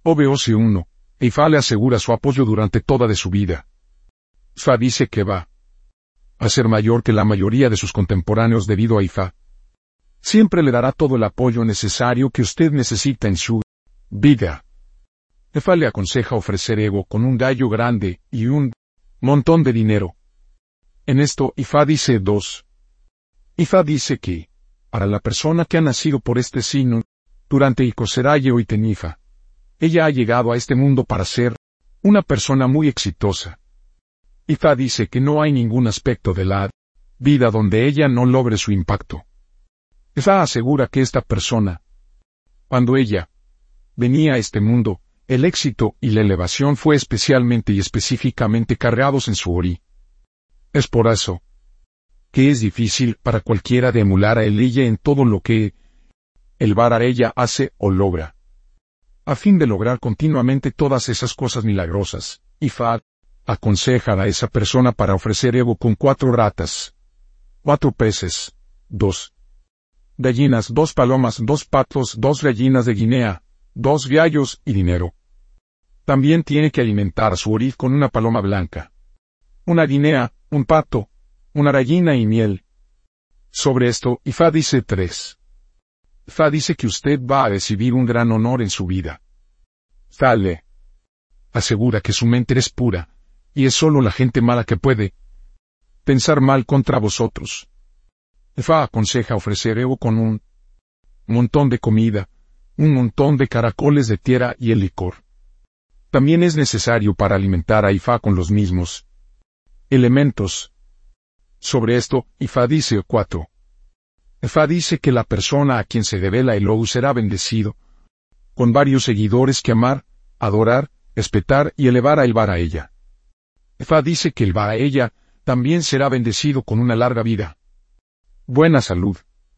OBOC1, Ifa le asegura su apoyo durante toda de su vida. Ifa dice que va a ser mayor que la mayoría de sus contemporáneos debido a Ifa. Siempre le dará todo el apoyo necesario que usted necesita en su vida. Ifa le aconseja ofrecer ego con un gallo grande y un montón de dinero. En esto, Ifa dice 2. Ifa dice que, para la persona que ha nacido por este signo, durante Icoseraye o Itenifa, ella ha llegado a este mundo para ser una persona muy exitosa. Ifa dice que no hay ningún aspecto de la vida donde ella no logre su impacto. Ifa asegura que esta persona, cuando ella venía a este mundo, el éxito y la elevación fue especialmente y específicamente cargados en su ori. Es por eso que es difícil para cualquiera de emular a ella en todo lo que el vara ella hace o logra. A fin de lograr continuamente todas esas cosas milagrosas, Ifa aconseja a esa persona para ofrecer ego con 4 ratas, 4 peces, 2 gallinas, 2 palomas, 2 patos, 2 gallinas de Guinea, 2 gallos y dinero. También tiene que alimentar a su ori con una paloma blanca, una guinea, un pato, una gallina y miel. Sobre esto, Ifa dice 3. Ifa dice que usted va a recibir un gran honor en su vida. Ifa le asegura que su mente es pura, y es solo la gente mala que puede pensar mal contra vosotros. Ifa aconseja ofrecer ego con un montón de comida, un montón de caracoles de tierra y el licor. También es necesario para alimentar a Ifa con los mismos elementos. Sobre esto, Ifa dice 4. Ifa dice que la persona a quien se revela el Ou será bendecido, con varios seguidores que amar, adorar, respetar y elevar a el vara ella. Ifa dice que el vara ella también será bendecido con una larga vida, buena salud.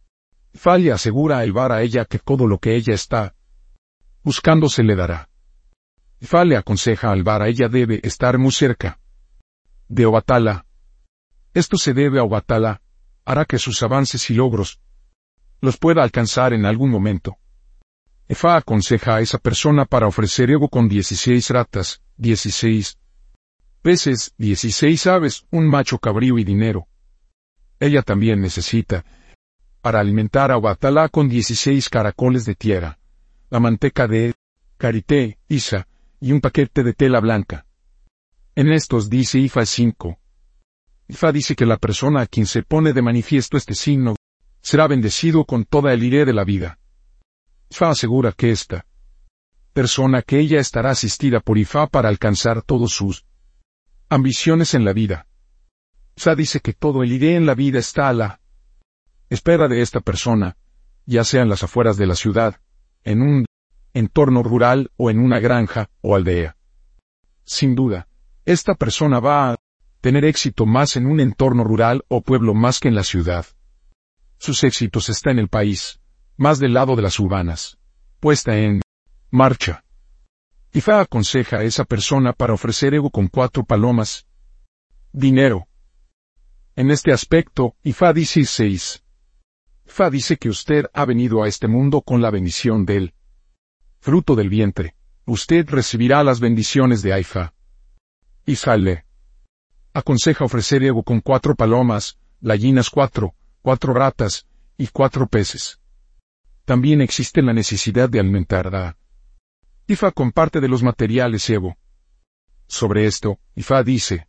Ifa le asegura a el vara ella que todo lo que ella está buscando se le dará. Ifa le aconseja al vara ella debe estar muy cerca de Obatala. Esto se debe a Obatala, hará que sus avances y logros los pueda alcanzar en algún momento. Ifa aconseja a esa persona para ofrecer ego con 16 ratas, 16 peces, 16 aves, un macho cabrío y dinero. Ella también necesita para alimentar a Obatala con 16 caracoles de tierra, la manteca de karité, isa, y un paquete de tela blanca. En estos dice Ifa 5. Ifa dice que la persona a quien se pone de manifiesto este signo, será bendecido con toda el iré de la vida. Ifa asegura que esta persona que ella estará asistida por Ifa para alcanzar todos sus ambiciones en la vida. Ifa dice que todo el iré en la vida está a la espera de esta persona, ya sea en las afueras de la ciudad, en un entorno rural o en una granja o aldea. Sin duda, esta persona va a tener éxito más en un entorno rural o pueblo más que en la ciudad. Sus éxitos están en el país, más del lado de las urbanas, puesta en marcha. Ifa aconseja a esa persona para ofrecer ego con 4 palomas, dinero. En este aspecto, Ifa dice 6. Ifa dice que usted ha venido a este mundo con la bendición del fruto del vientre. Usted recibirá las bendiciones de Ifa. Ifa le aconseja ofrecer ego con 4 palomas, gallinas 4, 4 ratas, y 4 peces. También existe la necesidad de alimentar a Ifa con parte de los materiales ego. Sobre esto, Ifa dice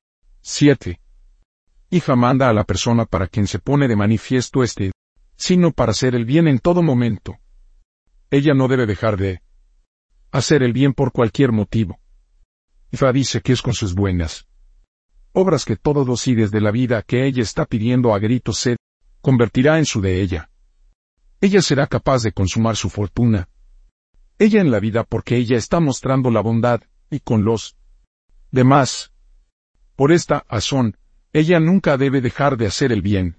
7. Ifa manda a la persona para quien se pone de manifiesto este signo para hacer el bien en todo momento. Ella no debe dejar de hacer el bien por cualquier motivo. Ifa dice que es con sus buenas obras que todos los ides de la vida que ella está pidiendo a gritos se convertirá en su de ella. Ella será capaz de consumar su fortuna. Ella en la vida porque ella está mostrando la bondad, y con los demás. Por esta razón, ella nunca debe dejar de hacer el bien.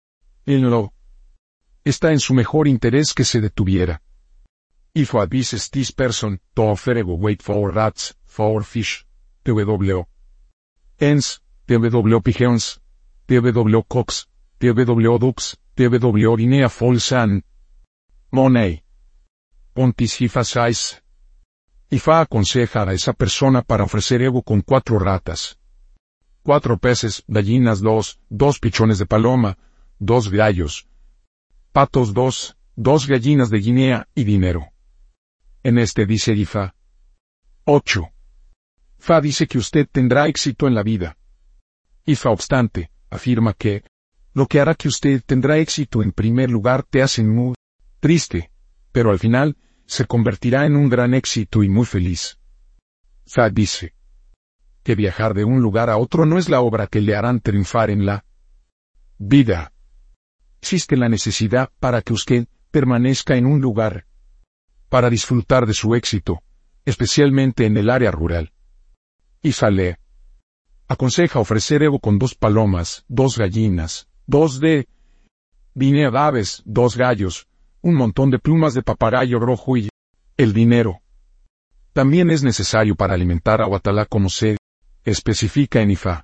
En lo está en su mejor interés que se detuviera. If what advises this person to offer ego wait for rats, for fish, tw. Hens, tw pigeons, tw cocks, tw ducks, tw orinea falsan. Money. Pontis Ifa size. Ifá aconseja a esa persona para ofrecer Evo con 4 ratas, 4 peces, gallinas 2 pichones de paloma, 2 gallos, patos 2 gallinas de Guinea y dinero. En este dice Ifá. 8. Fa dice que usted tendrá éxito en la vida. Ifá obstante, afirma que lo que hará que usted tendrá éxito en primer lugar te hace muy triste, pero al final se convertirá en un gran éxito y muy feliz. Fa dice que viajar de un lugar a otro no es la obra que le harán triunfar en la vida. Existe la necesidad para que usted permanezca en un lugar para disfrutar de su éxito, especialmente en el área rural. Ifá le aconseja ofrecer Evo con 2 palomas, 2 gallinas, 2 de dinero, aves, 2 gallos, un montón de plumas de papagayo rojo y el dinero. También es necesario para alimentar a Huatalá como se especifica en Ifá.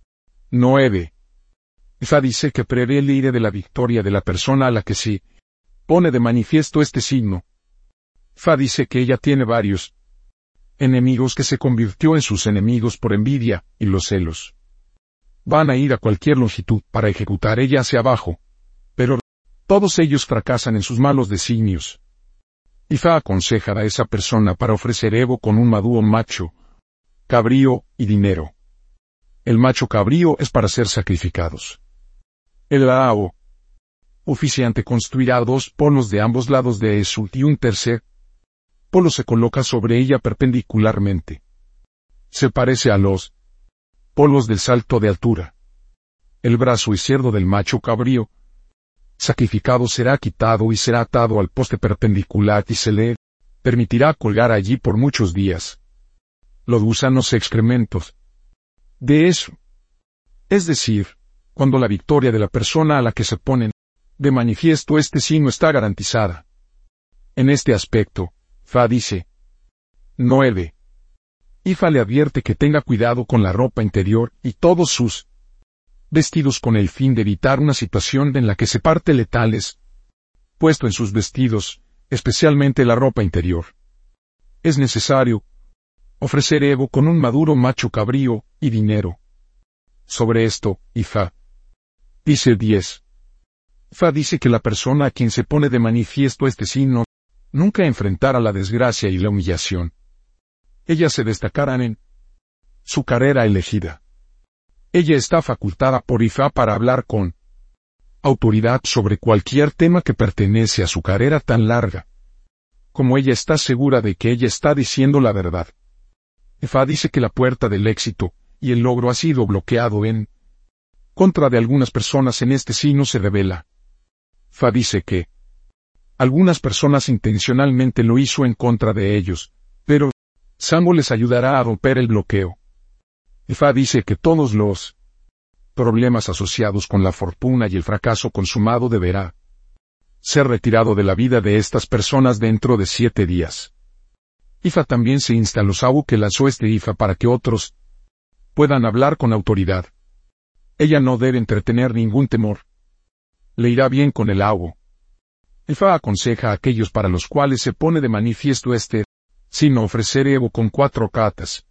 9. Ifá dice que prevé el aire de la victoria de la persona a la que se pone de manifiesto este signo. Ifá dice que ella tiene varios enemigos que se convirtió en sus enemigos por envidia y los celos. Van a ir a cualquier longitud para ejecutar ella hacia abajo, pero todos ellos fracasan en sus malos designios. Ifá aconseja a esa persona para ofrecer Evo con un maduro macho, cabrío y dinero. El macho cabrío es para ser sacrificados. El lao oficiante construirá 2 polos de ambos lados de eso y un tercer polo se coloca sobre ella perpendicularmente. Se parece a los polos del salto de altura. El brazo izquierdo del macho cabrío sacrificado será quitado y será atado al poste perpendicular y se le permitirá colgar allí por muchos días. Los gusanos excrementos de eso. Es decir, cuando la victoria de la persona a la que se ponen de manifiesto este signo está garantizada. En este aspecto, Fa dice. 9. Ifá le advierte que tenga cuidado con la ropa interior y todos sus vestidos con el fin de evitar una situación en la que se parte letales puesto en sus vestidos, especialmente la ropa interior. Es necesario ofrecer Evo con un maduro macho cabrío y dinero. Sobre esto, Ifá dice 10. Ifá dice que la persona a quien se pone de manifiesto este signo nunca enfrentará la desgracia y la humillación. Ellas se destacarán en su carrera elegida. Ella está facultada por Ifá para hablar con autoridad sobre cualquier tema que pertenece a su carrera tan larga. Como ella está segura de que ella está diciendo la verdad. Ifá dice que la puerta del éxito y el logro ha sido bloqueado en contra de algunas personas en este signo se revela. Ifá dice que algunas personas intencionalmente lo hizo en contra de ellos, pero Sambo les ayudará a romper el bloqueo. Ifá dice que todos los problemas asociados con la fortuna y el fracaso consumado deberá ser retirado de la vida de estas personas dentro de 7 días. Ifá también se insta a los Abu que lanzó este Ifá para que otros puedan hablar con autoridad. Ella no debe entretener ningún temor. Le irá bien con el Abu. Ifá aconseja a aquellos para los cuales se pone de manifiesto este signo ofrecer Evo con 4 catas,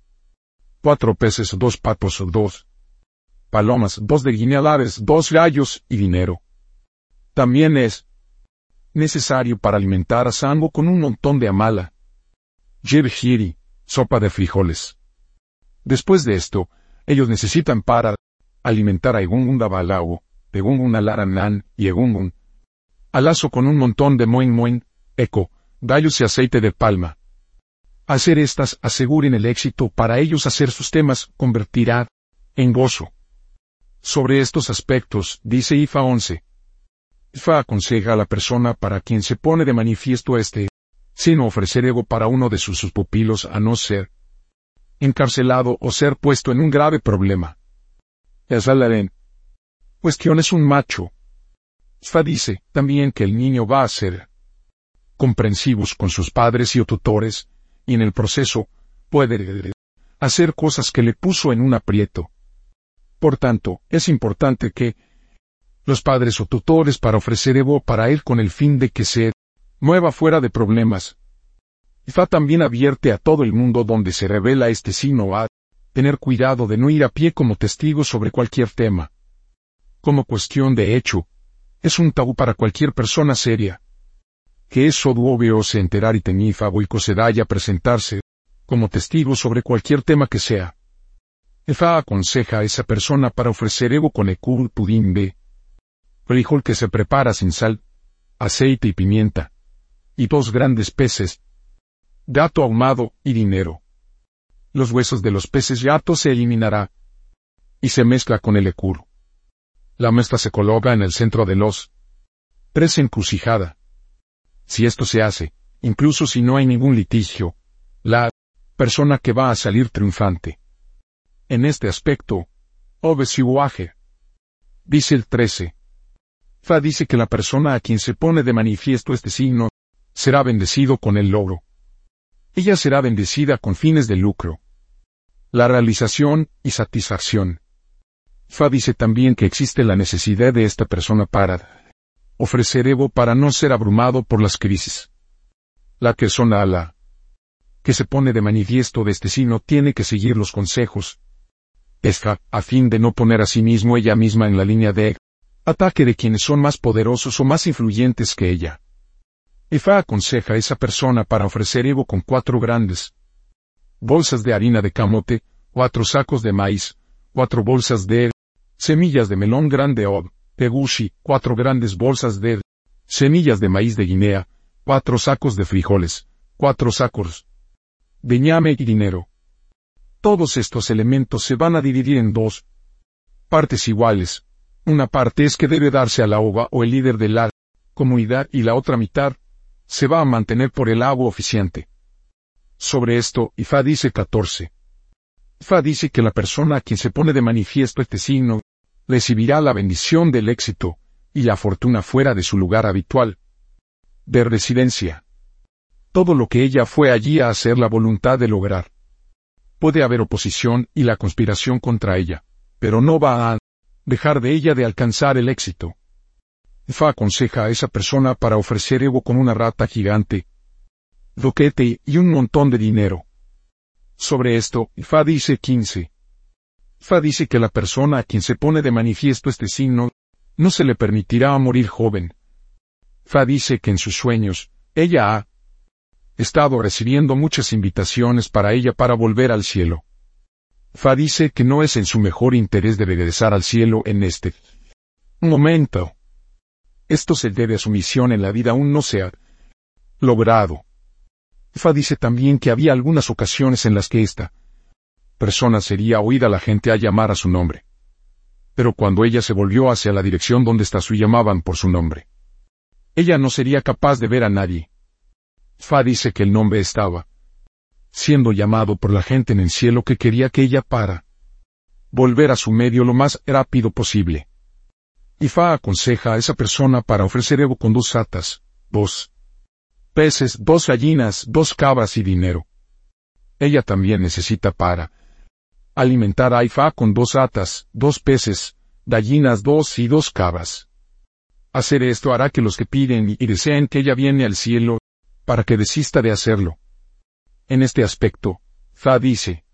4 peces, 2 patos, 2 palomas, 2 de Guinea, aves, 2 gallos y dinero. También es necesario para alimentar a Sambo con un montón de amala, jirjiri, sopa de frijoles. Después de esto, ellos necesitan para alimentar a Egungun Dabalao, Egungun Alaranan y Egungun Alazo con un montón de moin, eco, gallos y aceite de palma. Hacer estas aseguren el éxito para ellos hacer sus temas convertirá en gozo. Sobre estos aspectos, dice Ifá 11. Ifá aconseja a la persona para quien se pone de manifiesto este, sino ofrecer Evo para uno de sus pupilos a no ser encarcelado o ser puesto en un grave problema. Yazalaren. Cuestión es un macho. Ifá dice también que el niño va a ser comprensivos con sus padres y tutores, y en el proceso puede hacer cosas que le puso en un aprieto. Por tanto, es importante que los padres o tutores para ofrecer Evo para él con el fin de que se mueva fuera de problemas. Ifá también advierte a todo el mundo donde se revela este signo a tener cuidado de no ir a pie como testigo sobre cualquier tema. Como cuestión de hecho, es un tabú para cualquier persona seria. Que eso duobeo se enterar y tenifa boico se daya presentarse como testigo sobre cualquier tema que sea. Ifá aconseja a esa persona para ofrecer ego con ecul pudimbe, frijol que se prepara sin sal, aceite y pimienta, y 2 grandes peces, gato ahumado y dinero. Los huesos de los peces gato se eliminará, y se mezcla con el ecur. La mezcla se coloca en el centro de los 3 encrucijada. Si esto se hace, incluso si no hay ningún litigio, la persona que va a salir triunfante. En este aspecto, obesiuaje. Dice el 13. Fa dice que la persona a quien se pone de manifiesto este signo, será bendecido con el logro. Ella será bendecida con fines de lucro, la realización y satisfacción. Fa dice también que existe la necesidad de esta persona para ofrecer ego para no ser abrumado por las crisis. La persona a la que se pone de manifiesto de este signo tiene que seguir los consejos Fa, a fin de no poner a sí mismo ella misma en la línea de ataque de quienes son más poderosos o más influyentes que ella. Fa aconseja a esa persona para ofrecer ego con 4 grandes bolsas de harina de camote, 4 sacos de maíz, 4 bolsas de semillas de melón grande o tegushi, 4 grandes bolsas de semillas de maíz de Guinea, 4 sacos de frijoles, 4 sacos de ñame y dinero. Todos estos elementos se van a dividir en 2 partes iguales. Una parte es que debe darse a la ova o el líder de la comunidad y la otra mitad se va a mantener por el agua oficiante. Sobre esto, Ifá dice 14. Ifá dice que la persona a quien se pone de manifiesto este signo, recibirá la bendición del éxito y la fortuna fuera de su lugar habitual de residencia. Todo lo que ella fue allí a hacer la voluntad de lograr. Puede haber oposición y la conspiración contra ella, pero no va a dejar de ella de alcanzar el éxito. Ifá aconseja a esa persona para ofrecer ego con una rata gigante, doquete y un montón de dinero. Sobre esto, Ifá dice 15. Ifá dice que la persona a quien se pone de manifiesto este signo, no se le permitirá morir joven. Ifá dice que en sus sueños, ella ha estado recibiendo muchas invitaciones para ella para volver al cielo. Ifá dice que no es en su mejor interés de regresar al cielo en este momento. Esto se debe a su misión en la vida aún no se ha logrado. Ifá dice también que había algunas ocasiones en las que esta persona sería oída la gente a llamar a su nombre. Pero cuando ella se volvió hacia la dirección donde está su llamaban por su nombre, ella no sería capaz de ver a nadie. Ifá dice que el nombre estaba siendo llamado por la gente en el cielo que quería que ella para volver a su medio lo más rápido posible. Ifá aconseja a esa persona para ofrecer ego con 2 atas, 2 peces, 2 gallinas, 2 cabras y dinero. Ella también necesita para alimentar a Ifá con 2 atas, 2 peces, gallinas 2 y 2 cabras. Hacer esto hará que los que piden y deseen que ella viene al cielo, para que desista de hacerlo. En este aspecto, Ifá dice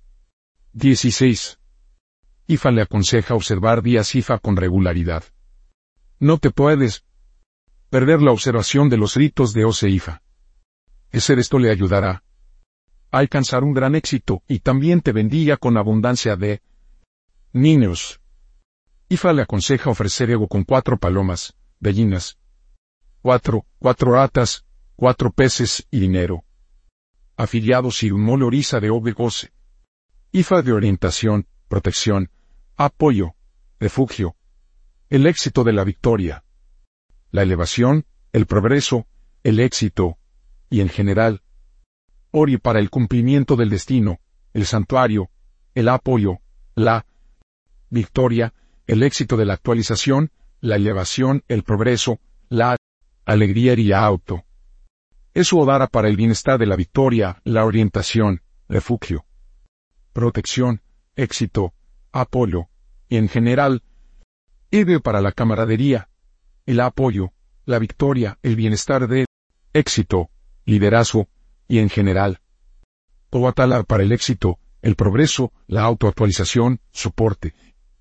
16. Ifá le aconseja observar días Ifá con regularidad. No te puedes perder la observación de los ritos de Ose Ifá. Hacer esto le ayudará a alcanzar un gran éxito y también te bendiga con abundancia de niños. Ifá le aconseja ofrecer ego con 4 palomas, gallinas, 4 atas, 4 peces y dinero. Afiliados y un mole orisa de Obegose. Ifá de orientación, protección, apoyo, refugio, el éxito de la victoria, la elevación, el progreso, el éxito, y en general, Ori para el cumplimiento del destino, el santuario, el apoyo, la victoria, el éxito de la actualización, la elevación, el progreso, la alegría y auto. Eso odara para el bienestar de la victoria, la orientación, refugio, protección, éxito, apoyo, y en general, Eve para la camaradería, el apoyo, la victoria, el bienestar de éxito, liderazgo, y en general. Toatala para el éxito, el progreso, la autoactualización, soporte.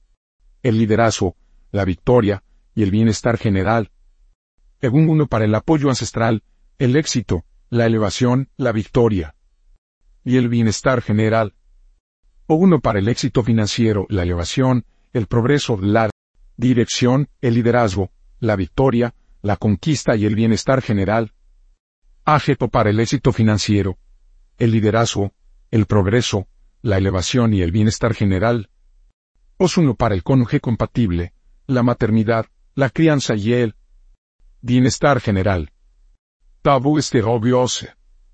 El liderazgo, la victoria, y el bienestar general. Egún uno para el apoyo ancestral, el éxito, la elevación, la victoria. Y el bienestar general. O uno para el éxito financiero, la elevación, el progreso, la dirección, el liderazgo, la victoria, la conquista y el bienestar general. Ajeto para el éxito financiero, el liderazgo, el progreso, la elevación y el bienestar general. Osuno para el cónyuge compatible, la maternidad, la crianza y el bienestar general. Tabú esterobiose.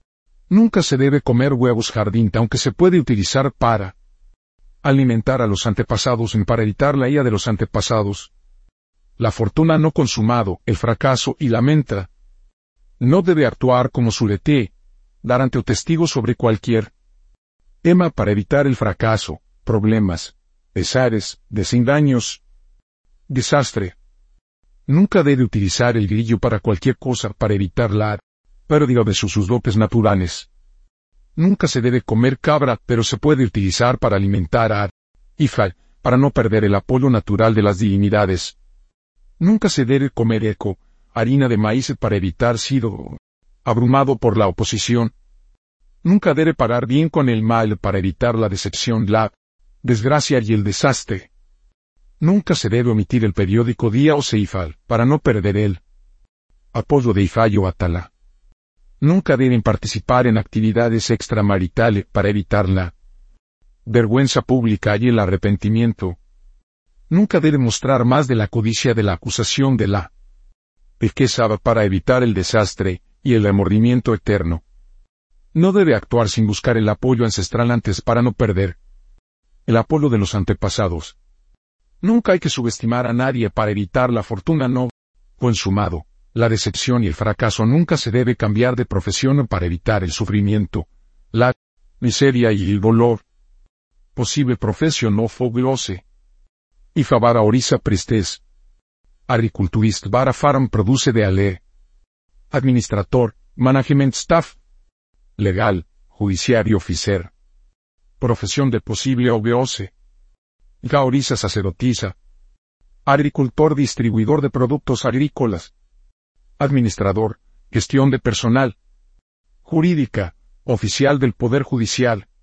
Nunca se debe comer huevos jardín, aunque se puede utilizar para alimentar a los antepasados para evitar la ira de los antepasados. La fortuna no consumado, el fracaso y la menta. No debe actuar como surete, dar ante o testigo sobre cualquier tema para evitar el fracaso, problemas, pesares, desengaños, desastre. Nunca debe utilizar el grillo para cualquier cosa para evitar la pérdida de sus dotes naturales. Nunca se debe comer cabra, pero se puede utilizar para alimentar a Ifá, para no perder el apoyo natural de las divinidades. Nunca se debe comer eco, harina de maíz para evitar sido abrumado por la oposición. Nunca debe parar bien con el mal para evitar la decepción, la desgracia y el desastre. Nunca se debe omitir el periódico Día o Seifal, para no perder el apoyo de Ifá o Atala. Nunca deben participar en actividades extramaritales para evitar la vergüenza pública y el arrepentimiento. Nunca deben mostrar más de la codicia de la acusación de la riqueza para evitar el desastre y el remordimiento eterno. No debe actuar sin buscar el apoyo ancestral antes para no perder el apoyo de los antepasados. Nunca hay que subestimar a nadie para evitar la fortuna no consumado, la decepción y el fracaso. Nunca se debe cambiar de profesión para evitar el sufrimiento, la miseria y el dolor. Posible profesión no foglose. Ifá vara orisa prestes. Agriculturist vara farm produce de ale. Administrator, management staff. Legal, judiciario officer. Profesión de posible obeose. Gaoriza sacerdotisa. Agricultor distribuidor de productos agrícolas. Administrador, gestión de personal. Jurídica, oficial del Poder Judicial.